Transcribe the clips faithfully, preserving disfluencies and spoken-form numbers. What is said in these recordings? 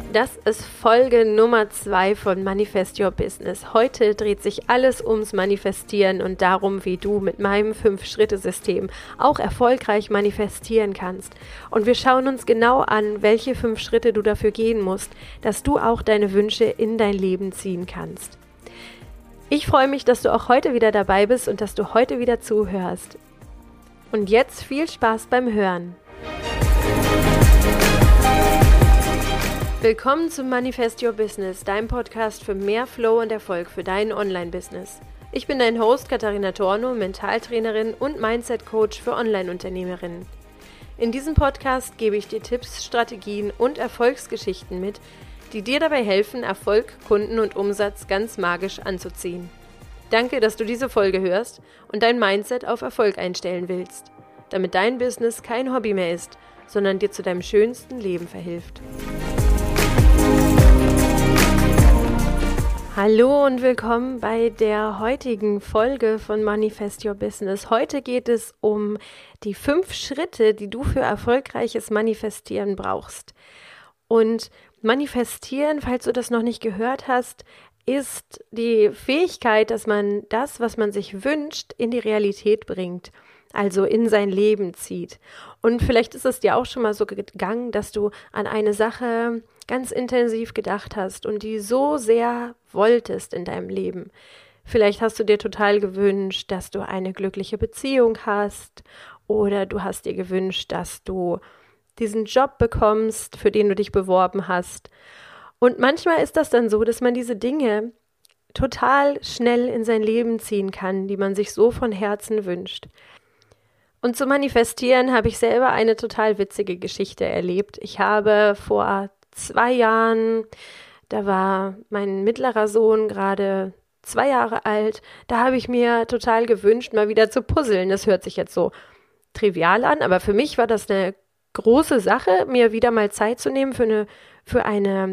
Das ist Folge Nummer zwei von Manifest Your Business. Heute dreht sich alles ums Manifestieren und darum, wie du mit meinem fünf-Schritte-System auch erfolgreich manifestieren kannst. Und wir schauen uns genau an, welche fünf Schritte du dafür gehen musst, dass du auch deine Wünsche in dein Leben ziehen kannst. Ich freue mich, dass du auch heute wieder dabei bist und dass du heute wieder zuhörst. Und jetzt viel Spaß beim Hören. Willkommen zum Manifest Your Business, deinem Podcast für mehr Flow und Erfolg für dein Online-Business. Ich bin dein Host Katharina Tornow, Mentaltrainerin und Mindset-Coach für Online-Unternehmerinnen. In diesem Podcast gebe ich dir Tipps, Strategien und Erfolgsgeschichten mit, die dir dabei helfen, Erfolg, Kunden und Umsatz ganz magisch anzuziehen. Danke, dass du diese Folge hörst und dein Mindset auf Erfolg einstellen willst, damit dein Business kein Hobby mehr ist, sondern dir zu deinem schönsten Leben verhilft. Hallo und willkommen bei der heutigen Folge von Manifest Your Business. Heute geht es um die fünf Schritte, die du für erfolgreiches Manifestieren brauchst. Und Manifestieren, falls du das noch nicht gehört hast, ist die Fähigkeit, dass man das, was man sich wünscht, in die Realität bringt, also in sein Leben zieht. Und vielleicht ist es dir auch schon mal so gegangen, dass du an eine Sache ganz intensiv gedacht hast und die so sehr wolltest in deinem Leben. Vielleicht hast du dir total gewünscht, dass du eine glückliche Beziehung hast, oder du hast dir gewünscht, dass du diesen Job bekommst, für den du dich beworben hast. Und manchmal ist das dann so, dass man diese Dinge total schnell in sein Leben ziehen kann, die man sich so von Herzen wünscht. Und zu manifestieren habe ich selber eine total witzige Geschichte erlebt. Ich habe vor zwei Jahren, da war mein mittlerer Sohn gerade zwei Jahre alt, da habe ich mir total gewünscht, mal wieder zu puzzeln. Das hört sich jetzt so trivial an, aber für mich war das eine große Sache, mir wieder mal Zeit zu nehmen für eine, für eine,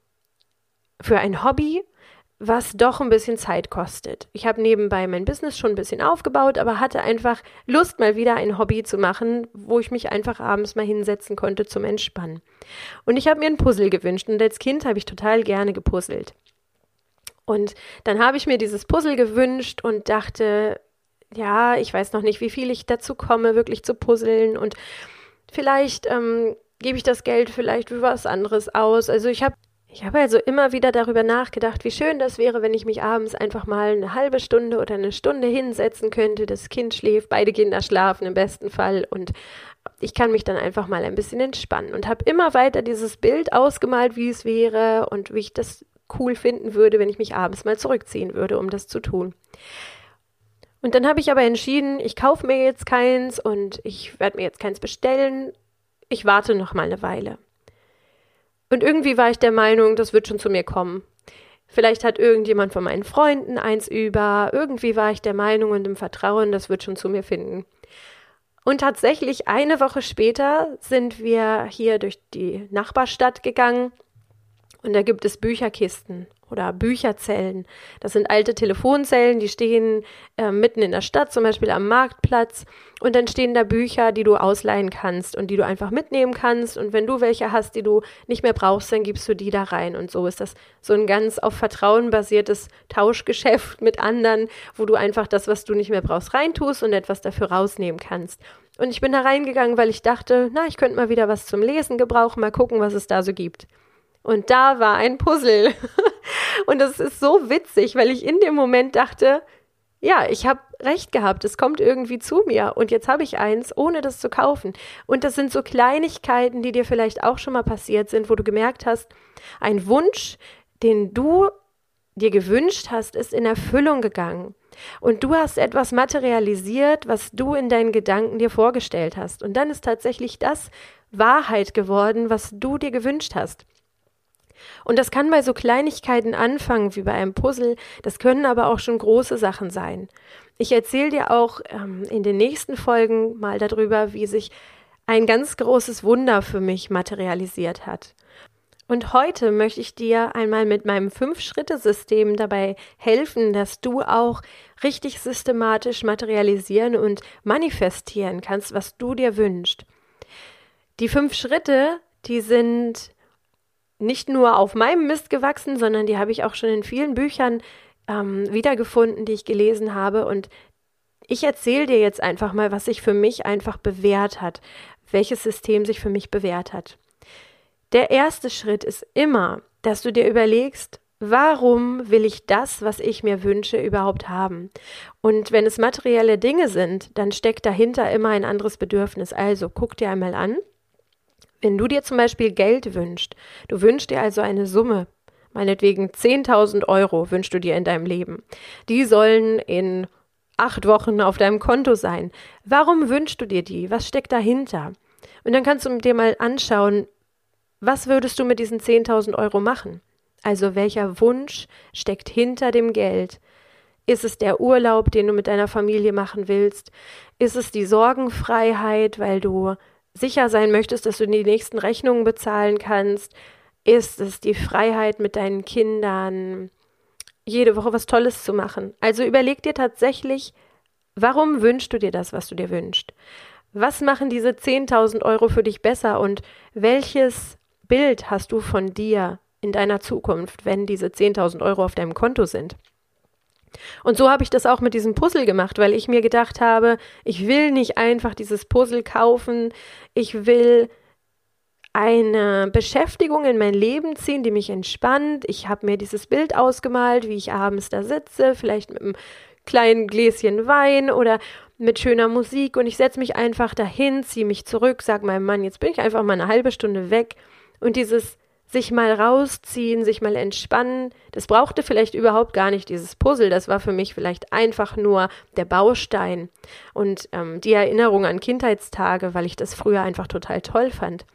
für ein Hobby, was doch ein bisschen Zeit kostet. Ich habe nebenbei mein Business schon ein bisschen aufgebaut, aber hatte einfach Lust, mal wieder ein Hobby zu machen, wo ich mich einfach abends mal hinsetzen konnte zum Entspannen. Und ich habe mir ein Puzzle gewünscht und als Kind habe ich total gerne gepuzzelt. Und dann habe ich mir dieses Puzzle gewünscht und dachte, ja, ich weiß noch nicht, wie viel ich dazu komme, wirklich zu puzzeln, und vielleicht ähm, gebe ich das Geld vielleicht für was anderes aus. Also ich habe Ich habe also immer wieder darüber nachgedacht, wie schön das wäre, wenn ich mich abends einfach mal eine halbe Stunde oder eine Stunde hinsetzen könnte. Das Kind schläft, beide Kinder schlafen im besten Fall, und ich kann mich dann einfach mal ein bisschen entspannen und habe immer weiter dieses Bild ausgemalt, wie es wäre und wie ich das cool finden würde, wenn ich mich abends mal zurückziehen würde, um das zu tun. Und dann habe ich aber entschieden, ich kaufe mir jetzt keins und ich werde mir jetzt keins bestellen. Ich warte noch mal eine Weile. Und irgendwie war ich der Meinung, das wird schon zu mir kommen. Vielleicht hat irgendjemand von meinen Freunden eins über. Irgendwie war ich der Meinung und im Vertrauen, das wird schon zu mir finden. Und tatsächlich eine Woche später sind wir hier durch die Nachbarstadt gegangen und da gibt es Bücherkisten oder Bücherzellen. Das sind alte Telefonzellen, die stehen äh, mitten in der Stadt, zum Beispiel am Marktplatz. Und dann stehen da Bücher, die du ausleihen kannst und die du einfach mitnehmen kannst. Und wenn du welche hast, die du nicht mehr brauchst, dann gibst du die da rein. Und so ist das so ein ganz auf Vertrauen basiertes Tauschgeschäft mit anderen, wo du einfach das, was du nicht mehr brauchst, reintust und etwas dafür rausnehmen kannst. Und ich bin da reingegangen, weil ich dachte, na, ich könnte mal wieder was zum Lesen gebrauchen, mal gucken, was es da so gibt. Und da war ein Puzzle. Und das ist so witzig, weil ich in dem Moment dachte, ja, ich habe recht gehabt, es kommt irgendwie zu mir und jetzt habe ich eins, ohne das zu kaufen. Und das sind so Kleinigkeiten, die dir vielleicht auch schon mal passiert sind, wo du gemerkt hast, ein Wunsch, den du dir gewünscht hast, ist in Erfüllung gegangen. Und du hast etwas materialisiert, was du in deinen Gedanken dir vorgestellt hast. Und dann ist tatsächlich das Wahrheit geworden, was du dir gewünscht hast. Und das kann bei so Kleinigkeiten anfangen, wie bei einem Puzzle, das können aber auch schon große Sachen sein. Ich erzähle dir auch ähm, in den nächsten Folgen mal darüber, wie sich ein ganz großes Wunder für mich materialisiert hat. Und heute möchte ich dir einmal mit meinem Fünf-Schritte-System dabei helfen, dass du auch richtig systematisch materialisieren und manifestieren kannst, was du dir wünschst. Die fünf Schritte, die sind nicht nur auf meinem Mist gewachsen, sondern die habe ich auch schon in vielen Büchern ähm, wiedergefunden, die ich gelesen habe. Und ich erzähle dir jetzt einfach mal, was sich für mich einfach bewährt hat, welches System sich für mich bewährt hat. Der erste Schritt ist immer, dass du dir überlegst, warum will ich das, was ich mir wünsche, überhaupt haben? Und wenn es materielle Dinge sind, dann steckt dahinter immer ein anderes Bedürfnis. Also guck dir einmal an, wenn du dir zum Beispiel Geld wünschst, du wünschst dir also eine Summe, meinetwegen zehntausend Euro wünschst du dir in deinem Leben. Die sollen in acht Wochen auf deinem Konto sein. Warum wünschst du dir die? Was steckt dahinter? Und dann kannst du dir mal anschauen, was würdest du mit diesen zehntausend Euro machen? Also welcher Wunsch steckt hinter dem Geld? Ist es der Urlaub, den du mit deiner Familie machen willst? Ist es die Sorgenfreiheit, weil du sicher sein möchtest, dass du die nächsten Rechnungen bezahlen kannst? Ist es die Freiheit mit deinen Kindern, jede Woche was Tolles zu machen? Also überleg dir tatsächlich, warum wünschst du dir das, was du dir wünschst? Was machen diese zehntausend Euro für dich besser und welches Bild hast du von dir in deiner Zukunft, wenn diese zehntausend Euro auf deinem Konto sind? Und so habe ich das auch mit diesem Puzzle gemacht, weil ich mir gedacht habe, ich will nicht einfach dieses Puzzle kaufen, ich will eine Beschäftigung in mein Leben ziehen, die mich entspannt. Ich habe mir dieses Bild ausgemalt, wie ich abends da sitze, vielleicht mit einem kleinen Gläschen Wein oder mit schöner Musik und ich setze mich einfach dahin, ziehe mich zurück, sage meinem Mann, jetzt bin ich einfach mal eine halbe Stunde weg und dieses sich mal rausziehen, sich mal entspannen, das brauchte vielleicht überhaupt gar nicht dieses Puzzle, das war für mich vielleicht einfach nur der Baustein und ähm, die Erinnerung an Kindheitstage, weil ich das früher einfach total toll fand.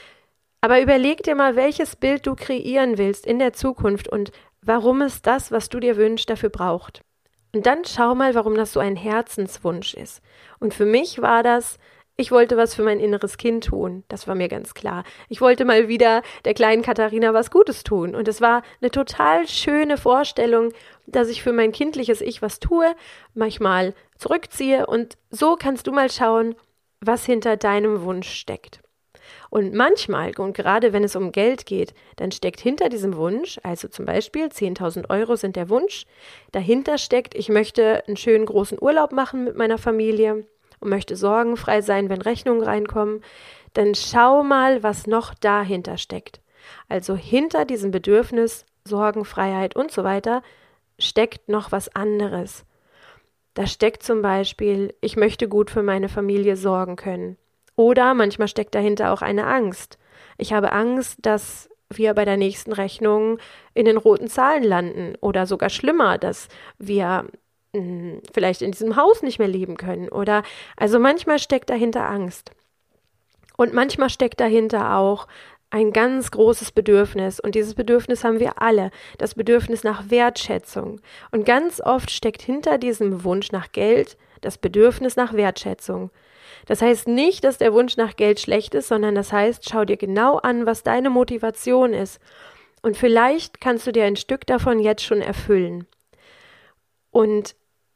Aber überleg dir mal, welches Bild du kreieren willst in der Zukunft und warum es das, was du dir wünschst, dafür braucht. Und dann schau mal, warum das so ein Herzenswunsch ist. Und für mich war das, ich wollte was für mein inneres Kind tun. Das war mir ganz klar. Ich wollte mal wieder der kleinen Katharina was Gutes tun. Und es war eine total schöne Vorstellung, dass ich für mein kindliches Ich was tue, manchmal zurückziehe. Und so kannst du mal schauen, was hinter deinem Wunsch steckt. Und manchmal, und gerade wenn es um Geld geht, dann steckt hinter diesem Wunsch, also zum Beispiel zehntausend Euro sind der Wunsch, dahinter steckt, ich möchte einen schönen großen Urlaub machen mit meiner Familie und möchte sorgenfrei sein, wenn Rechnungen reinkommen, dann schau mal, was noch dahinter steckt. Also hinter diesem Bedürfnis, Sorgenfreiheit und so weiter, steckt noch was anderes. Da steckt zum Beispiel, ich möchte gut für meine Familie sorgen können. Oder manchmal steckt dahinter auch eine Angst. Ich habe Angst, dass wir bei der nächsten Rechnung in den roten Zahlen landen oder sogar schlimmer, dass wir mh, vielleicht in diesem Haus nicht mehr leben können. Oder also manchmal steckt dahinter Angst. Und manchmal steckt dahinter auch ein ganz großes Bedürfnis. Und dieses Bedürfnis haben wir alle, das Bedürfnis nach Wertschätzung. Und ganz oft steckt hinter diesem Wunsch nach Geld das Bedürfnis nach Wertschätzung. Das heißt nicht, dass der Wunsch nach Geld schlecht ist, sondern das heißt, schau dir genau an, was deine Motivation ist. Und vielleicht kannst du dir ein Stück davon jetzt schon erfüllen. Und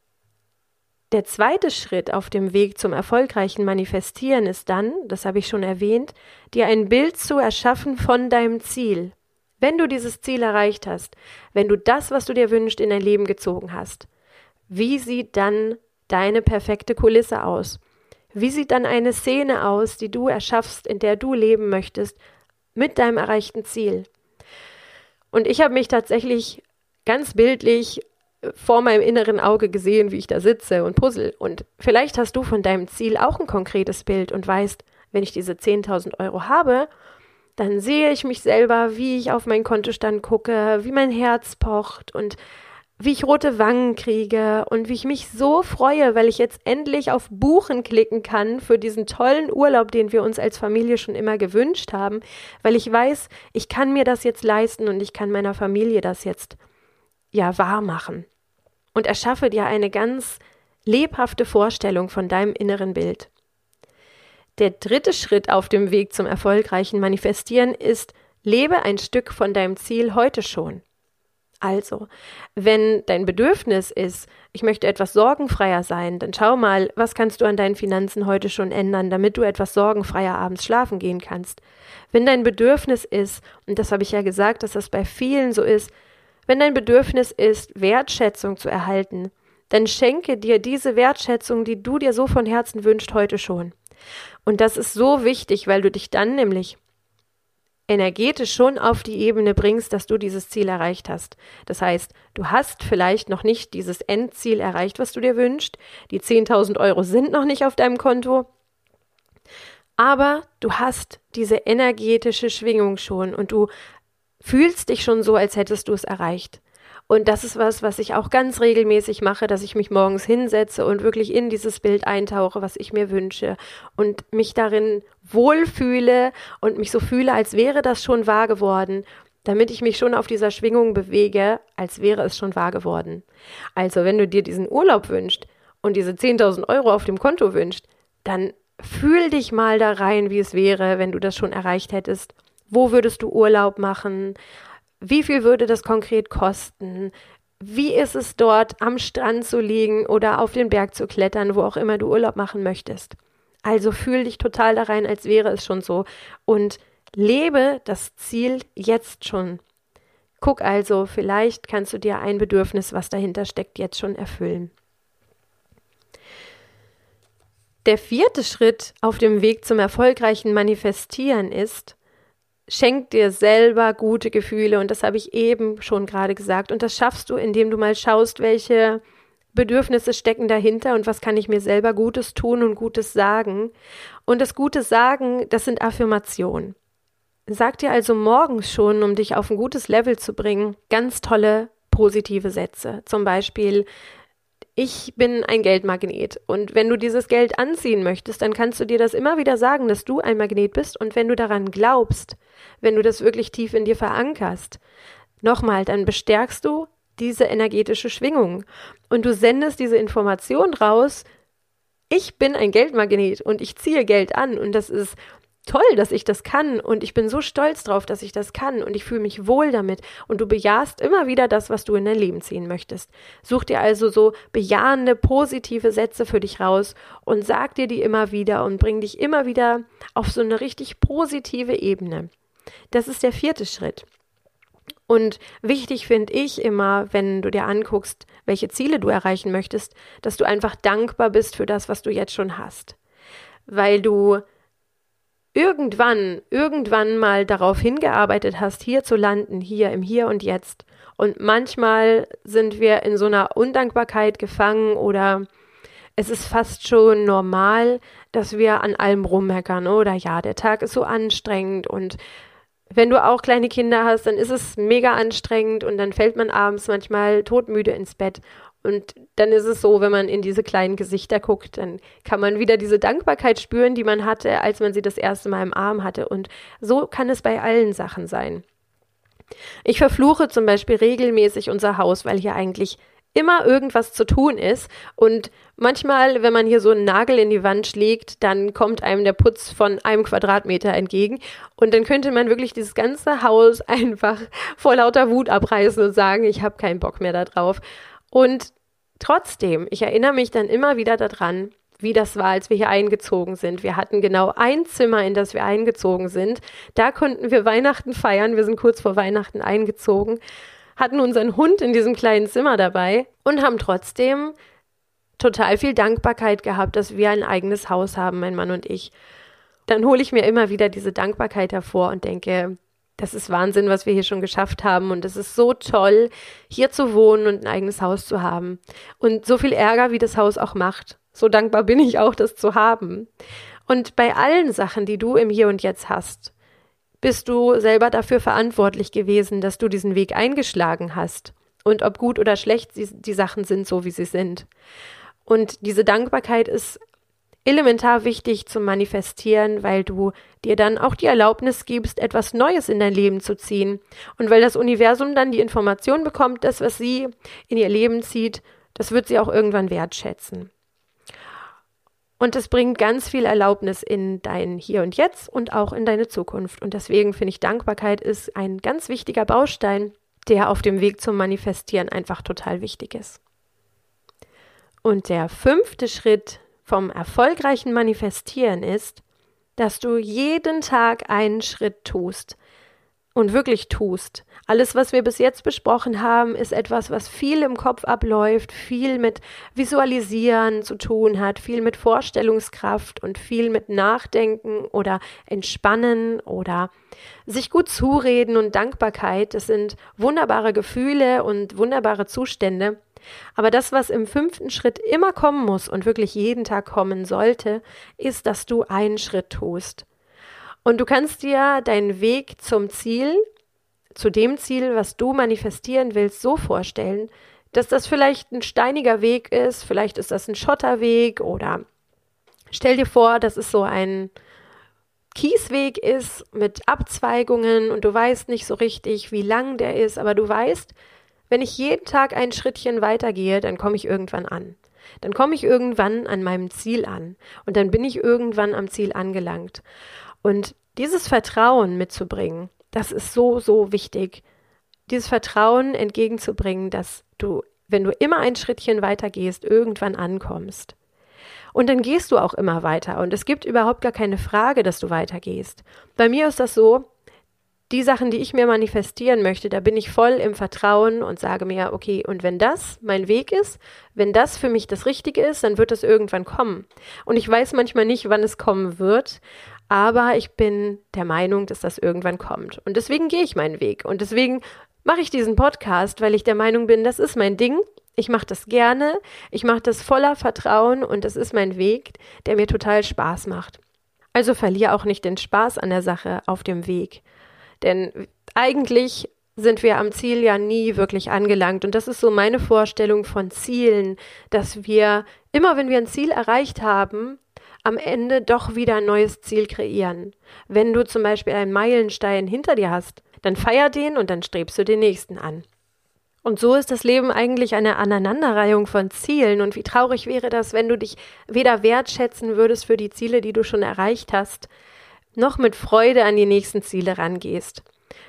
der zweite Schritt auf dem Weg zum erfolgreichen Manifestieren ist dann, das habe ich schon erwähnt, dir ein Bild zu erschaffen von deinem Ziel. Wenn du dieses Ziel erreicht hast, wenn du das, was du dir wünschst, in dein Leben gezogen hast, wie sieht dann deine perfekte Kulisse aus? Wie sieht dann eine Szene aus, die du erschaffst, in der du leben möchtest, mit deinem erreichten Ziel? Und ich habe mich tatsächlich ganz bildlich vor meinem inneren Auge gesehen, wie ich da sitze und puzzle. Und vielleicht hast du von deinem Ziel auch ein konkretes Bild und weißt, wenn ich diese zehntausend Euro habe, dann sehe ich mich selber, wie ich auf meinen Kontostand gucke, wie mein Herz pocht und wie ich rote Wangen kriege und wie ich mich so freue, weil ich jetzt endlich auf Buchen klicken kann für diesen tollen Urlaub, den wir uns als Familie schon immer gewünscht haben, weil ich weiß, ich kann mir das jetzt leisten und ich kann meiner Familie das jetzt ja wahr machen. Und erschaffe dir eine ganz lebhafte Vorstellung von deinem inneren Bild. Der dritte Schritt auf dem Weg zum erfolgreichen Manifestieren ist, lebe ein Stück von deinem Ziel heute schon. Also, wenn dein Bedürfnis ist, ich möchte etwas sorgenfreier sein, dann schau mal, was kannst du an deinen Finanzen heute schon ändern, damit du etwas sorgenfreier abends schlafen gehen kannst. Wenn dein Bedürfnis ist, und das habe ich ja gesagt, dass das bei vielen so ist, wenn dein Bedürfnis ist, Wertschätzung zu erhalten, dann schenke dir diese Wertschätzung, die du dir so von Herzen wünschst, heute schon. Und das ist so wichtig, weil du dich dann nämlich energetisch schon auf die Ebene bringst, dass du dieses Ziel erreicht hast. Das heißt, du hast vielleicht noch nicht dieses Endziel erreicht, was du dir wünschst. Die zehntausend Euro sind noch nicht auf deinem Konto. Aber du hast diese energetische Schwingung schon und du fühlst dich schon so, als hättest du es erreicht. Und das ist was, was ich auch ganz regelmäßig mache, dass ich mich morgens hinsetze und wirklich in dieses Bild eintauche, was ich mir wünsche und mich darin wohlfühle und mich so fühle, als wäre das schon wahr geworden, damit ich mich schon auf dieser Schwingung bewege, als wäre es schon wahr geworden. Also wenn du dir diesen Urlaub wünschst und diese zehntausend Euro auf dem Konto wünschst, dann fühl dich mal da rein, wie es wäre, wenn du das schon erreicht hättest. Wo würdest du Urlaub machen? Wie viel würde das konkret kosten? Wie ist es dort am Strand zu liegen oder auf den Berg zu klettern, wo auch immer du Urlaub machen möchtest? Also fühl dich total da rein, als wäre es schon so und lebe das Ziel jetzt schon. Guck also, vielleicht kannst du dir ein Bedürfnis, was dahinter steckt, jetzt schon erfüllen. Der vierte Schritt auf dem Weg zum erfolgreichen Manifestieren ist, schenk dir selber gute Gefühle und das habe ich eben schon gerade gesagt und das schaffst du, indem du mal schaust, welche Bedürfnisse stecken dahinter und was kann ich mir selber Gutes tun und Gutes sagen. Und das Gute sagen, das sind Affirmationen. Sag dir also morgens schon, um dich auf ein gutes Level zu bringen, ganz tolle positive Sätze. Zum Beispiel, ich bin ein Geldmagnet und wenn du dieses Geld anziehen möchtest, dann kannst du dir das immer wieder sagen, dass du ein Magnet bist und wenn du daran glaubst, wenn du das wirklich tief in dir verankerst, nochmal, dann bestärkst du diese energetische Schwingung und du sendest diese Information raus, ich bin ein Geldmagnet und ich ziehe Geld an und das ist toll, dass ich das kann und ich bin so stolz drauf, dass ich das kann und ich fühle mich wohl damit und du bejahst immer wieder das, was du in dein Leben ziehen möchtest. Such dir also so bejahende, positive Sätze für dich raus und sag dir die immer wieder und bring dich immer wieder auf so eine richtig positive Ebene. Das ist der vierte Schritt. Und wichtig finde ich immer, wenn du dir anguckst, welche Ziele du erreichen möchtest, dass du einfach dankbar bist für das, was du jetzt schon hast. Weil du irgendwann, irgendwann mal darauf hingearbeitet hast, hier zu landen, hier im Hier und Jetzt. Und manchmal sind wir in so einer Undankbarkeit gefangen oder es ist fast schon normal, dass wir an allem rummeckern. Oder ja, der Tag ist so anstrengend und wenn du auch kleine Kinder hast, dann ist es mega anstrengend und dann fällt man abends manchmal todmüde ins Bett. Und dann ist es so, wenn man in diese kleinen Gesichter guckt, dann kann man wieder diese Dankbarkeit spüren, die man hatte, als man sie das erste Mal im Arm hatte. Und so kann es bei allen Sachen sein. Ich verfluche zum Beispiel regelmäßig unser Haus, weil hier eigentlich immer irgendwas zu tun ist. Und manchmal, wenn man hier so einen Nagel in die Wand schlägt, dann kommt einem der Putz von einem Quadratmeter entgegen. Und dann könnte man wirklich dieses ganze Haus einfach vor lauter Wut abreißen und sagen, ich habe keinen Bock mehr da drauf. Und trotzdem, ich erinnere mich dann immer wieder daran, wie das war, als wir hier eingezogen sind. Wir hatten genau ein Zimmer, in das wir eingezogen sind. Da konnten wir Weihnachten feiern. Wir sind kurz vor Weihnachten eingezogen, hatten unseren Hund in diesem kleinen Zimmer dabei und haben trotzdem total viel Dankbarkeit gehabt, dass wir ein eigenes Haus haben, mein Mann und ich. Dann hole ich mir immer wieder diese Dankbarkeit hervor und denke, das ist Wahnsinn, was wir hier schon geschafft haben und es ist so toll, hier zu wohnen und ein eigenes Haus zu haben. Und so viel Ärger, wie das Haus auch macht. So dankbar bin ich auch, das zu haben. Und bei allen Sachen, die du im Hier und Jetzt hast, bist du selber dafür verantwortlich gewesen, dass du diesen Weg eingeschlagen hast. Und ob gut oder schlecht die, die Sachen sind, so wie sie sind. Und diese Dankbarkeit ist elementar wichtig zum Manifestieren, weil du dir dann auch die Erlaubnis gibst, etwas Neues in dein Leben zu ziehen. Und weil das Universum dann die Information bekommt, das, was sie in ihr Leben zieht, das wird sie auch irgendwann wertschätzen. Und es bringt ganz viel Erlaubnis in dein Hier und Jetzt und auch in deine Zukunft. Und deswegen finde ich, Dankbarkeit ist ein ganz wichtiger Baustein, der auf dem Weg zum Manifestieren einfach total wichtig ist. Und der fünfte Schritt vom erfolgreichen Manifestieren ist, dass du jeden Tag einen Schritt tust und wirklich tust. Alles, was wir bis jetzt besprochen haben, ist etwas, was viel im Kopf abläuft, viel mit Visualisieren zu tun hat, viel mit Vorstellungskraft und viel mit Nachdenken oder Entspannen oder sich gut zureden und Dankbarkeit. Das sind wunderbare Gefühle und wunderbare Zustände. Aber das, was im fünften Schritt immer kommen muss und wirklich jeden Tag kommen sollte, ist, dass du einen Schritt tust. Und du kannst dir deinen Weg zum Ziel, zu dem Ziel, was du manifestieren willst, so vorstellen, dass das vielleicht ein steiniger Weg ist, vielleicht ist das ein Schotterweg oder stell dir vor, dass es so ein Kiesweg ist mit Abzweigungen und du weißt nicht so richtig, wie lang der ist, aber du weißt, wenn ich jeden Tag ein Schrittchen weitergehe, dann komme ich irgendwann an. Dann komme ich irgendwann an meinem Ziel an und dann bin ich irgendwann am Ziel angelangt. Und dieses Vertrauen mitzubringen, das ist so, so wichtig. Dieses Vertrauen entgegenzubringen, dass du, wenn du immer ein Schrittchen weitergehst, irgendwann ankommst. Und dann gehst du auch immer weiter. Und es gibt überhaupt gar keine Frage, dass du weitergehst. Bei mir ist das so, die Sachen, die ich mir manifestieren möchte, da bin ich voll im Vertrauen und sage mir, okay, und wenn das mein Weg ist, wenn das für mich das Richtige ist, dann wird es irgendwann kommen. Und ich weiß manchmal nicht, wann es kommen wird, aber ich bin der Meinung, dass das irgendwann kommt. Und deswegen gehe ich meinen Weg. Und deswegen mache ich diesen Podcast, weil ich der Meinung bin, das ist mein Ding. Ich mache das gerne. Ich mache das voller Vertrauen und das ist mein Weg, der mir total Spaß macht. Also verliere auch nicht den Spaß an der Sache auf dem Weg. Denn eigentlich sind wir am Ziel ja nie wirklich angelangt. Und das ist so meine Vorstellung von Zielen, dass wir immer, wenn wir ein Ziel erreicht haben, am Ende doch wieder ein neues Ziel kreieren. Wenn du zum Beispiel einen Meilenstein hinter dir hast, dann feier den und dann strebst du den nächsten an. Und so ist das Leben eigentlich eine Aneinanderreihung von Zielen. Und wie traurig wäre das, wenn du dich weder wertschätzen würdest für die Ziele, die du schon erreicht hast, noch mit Freude an die nächsten Ziele rangehst.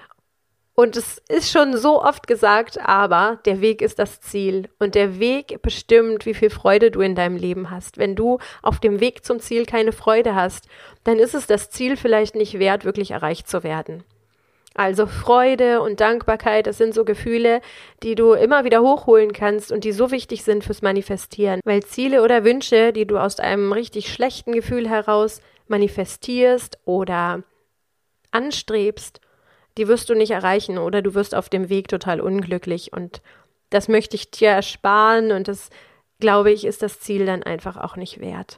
Und es ist schon so oft gesagt, aber der Weg ist das Ziel und der Weg bestimmt, wie viel Freude du in deinem Leben hast. Wenn du auf dem Weg zum Ziel keine Freude hast, dann ist es das Ziel vielleicht nicht wert, wirklich erreicht zu werden. Also Freude und Dankbarkeit, das sind so Gefühle, die du immer wieder hochholen kannst und die so wichtig sind fürs Manifestieren. Weil Ziele oder Wünsche, die du aus einem richtig schlechten Gefühl heraus manifestierst oder anstrebst, die wirst du nicht erreichen oder du wirst auf dem Weg total unglücklich und das möchte ich dir ersparen und das, glaube ich, ist das Ziel dann einfach auch nicht wert.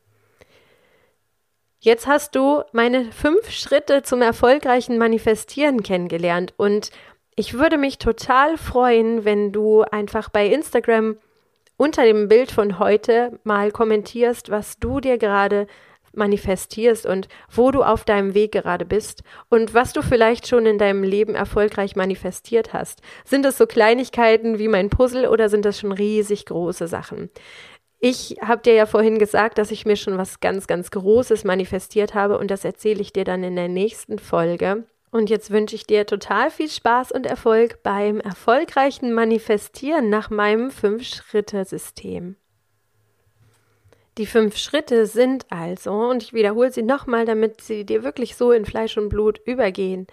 Jetzt hast du meine fünf Schritte zum erfolgreichen Manifestieren kennengelernt und ich würde mich total freuen, wenn du einfach bei Instagram unter dem Bild von heute mal kommentierst, was du dir gerade manifestierst und wo du auf deinem Weg gerade bist und was du vielleicht schon in deinem Leben erfolgreich manifestiert hast. Sind es so Kleinigkeiten wie mein Puzzle oder sind das schon riesig große Sachen? Ich habe dir ja vorhin gesagt, dass ich mir schon was ganz, ganz Großes manifestiert habe und das erzähle ich dir dann in der nächsten Folge. Und jetzt wünsche ich dir total viel Spaß und Erfolg beim erfolgreichen Manifestieren nach meinem Fünf-Schritte-System. Die fünf Schritte sind also, und ich wiederhole sie nochmal, damit sie dir wirklich so in Fleisch und Blut übergehen.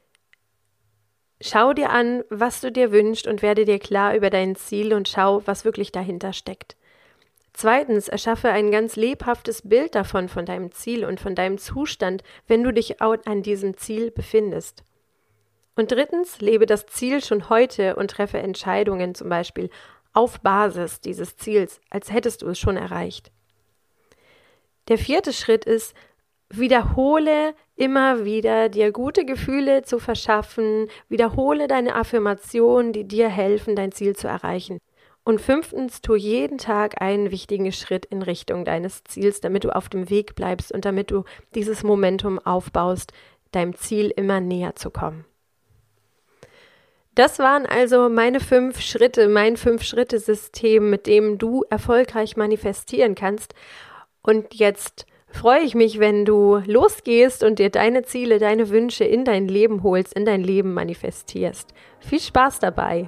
Schau dir an, was du dir wünschst und werde dir klar über dein Ziel und schau, was wirklich dahinter steckt. Zweitens, erschaffe ein ganz lebhaftes Bild davon, von deinem Ziel und von deinem Zustand, wenn du dich an diesem Ziel befindest. Und drittens, lebe das Ziel schon heute und treffe Entscheidungen, zum Beispiel auf Basis dieses Ziels, als hättest du es schon erreicht. Der vierte Schritt ist, wiederhole immer wieder, dir gute Gefühle zu verschaffen, wiederhole deine Affirmationen, die dir helfen, dein Ziel zu erreichen. Und fünftens, tu jeden Tag einen wichtigen Schritt in Richtung deines Ziels, damit du auf dem Weg bleibst und damit du dieses Momentum aufbaust, deinem Ziel immer näher zu kommen. Das waren also meine fünf Schritte, mein Fünf-Schritte-System, mit dem du erfolgreich manifestieren kannst. Und jetzt freue ich mich, wenn du losgehst und dir deine Ziele, deine Wünsche in dein Leben holst, in dein Leben manifestierst. Viel Spaß dabei!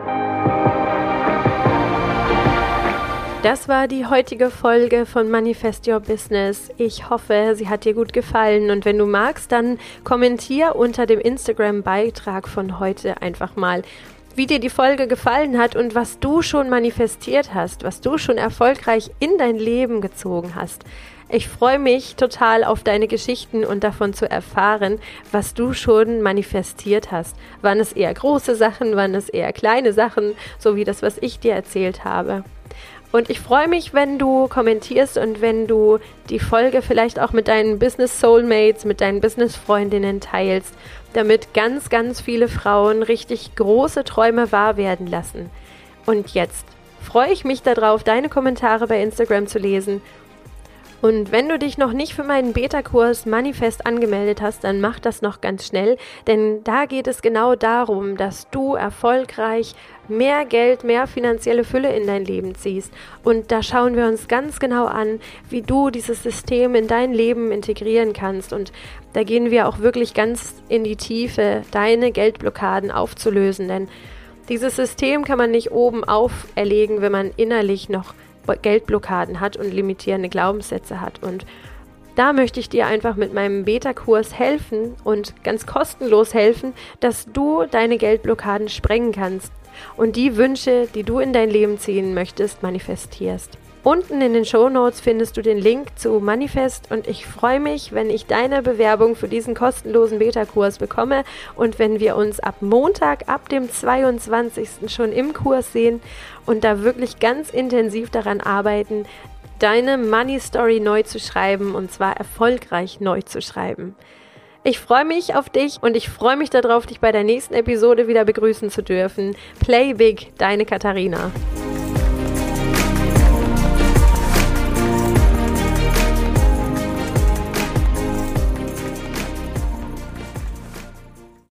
Das war die heutige Folge von Manifest Your Business. Ich hoffe, sie hat dir gut gefallen und wenn du magst, dann kommentier unter dem Instagram-Beitrag von heute einfach mal, wie dir die Folge gefallen hat und was du schon manifestiert hast, was du schon erfolgreich in dein Leben gezogen hast. Ich freue mich total auf deine Geschichten und davon zu erfahren, was du schon manifestiert hast. Waren es eher große Sachen, waren es eher kleine Sachen, so wie das, was ich dir erzählt habe. Und ich freue mich, wenn du kommentierst und wenn du die Folge vielleicht auch mit deinen Business Soulmates, mit deinen Business Freundinnen teilst, damit ganz, ganz viele Frauen richtig große Träume wahr werden lassen. Und jetzt freue ich mich darauf, deine Kommentare bei Instagram zu lesen. Und wenn du dich noch nicht für meinen Beta-Kurs Manifest angemeldet hast, dann mach das noch ganz schnell, denn da geht es genau darum, dass du erfolgreich mehr Geld, mehr finanzielle Fülle in dein Leben ziehst. Und da schauen wir uns ganz genau an, wie du dieses System in dein Leben integrieren kannst. Und da gehen wir auch wirklich ganz in die Tiefe, deine Geldblockaden aufzulösen, denn dieses System kann man nicht oben auferlegen, wenn man innerlich noch Geldblockaden hat und limitierende Glaubenssätze hat. Und da möchte ich dir einfach mit meinem Beta-Kurs helfen und ganz kostenlos helfen, dass du deine Geldblockaden sprengen kannst und die Wünsche, die du in dein Leben ziehen möchtest, manifestierst. Unten in den Shownotes findest du den Link zu Manifest und ich freue mich, wenn ich deine Bewerbung für diesen kostenlosen Beta-Kurs bekomme und wenn wir uns ab Montag, ab dem zweiundzwanzigsten schon im Kurs sehen und da wirklich ganz intensiv daran arbeiten, deine Money Story neu zu schreiben und zwar erfolgreich neu zu schreiben. Ich freue mich auf dich und ich freue mich darauf, dich bei der nächsten Episode wieder begrüßen zu dürfen. Play Big, deine Katharina.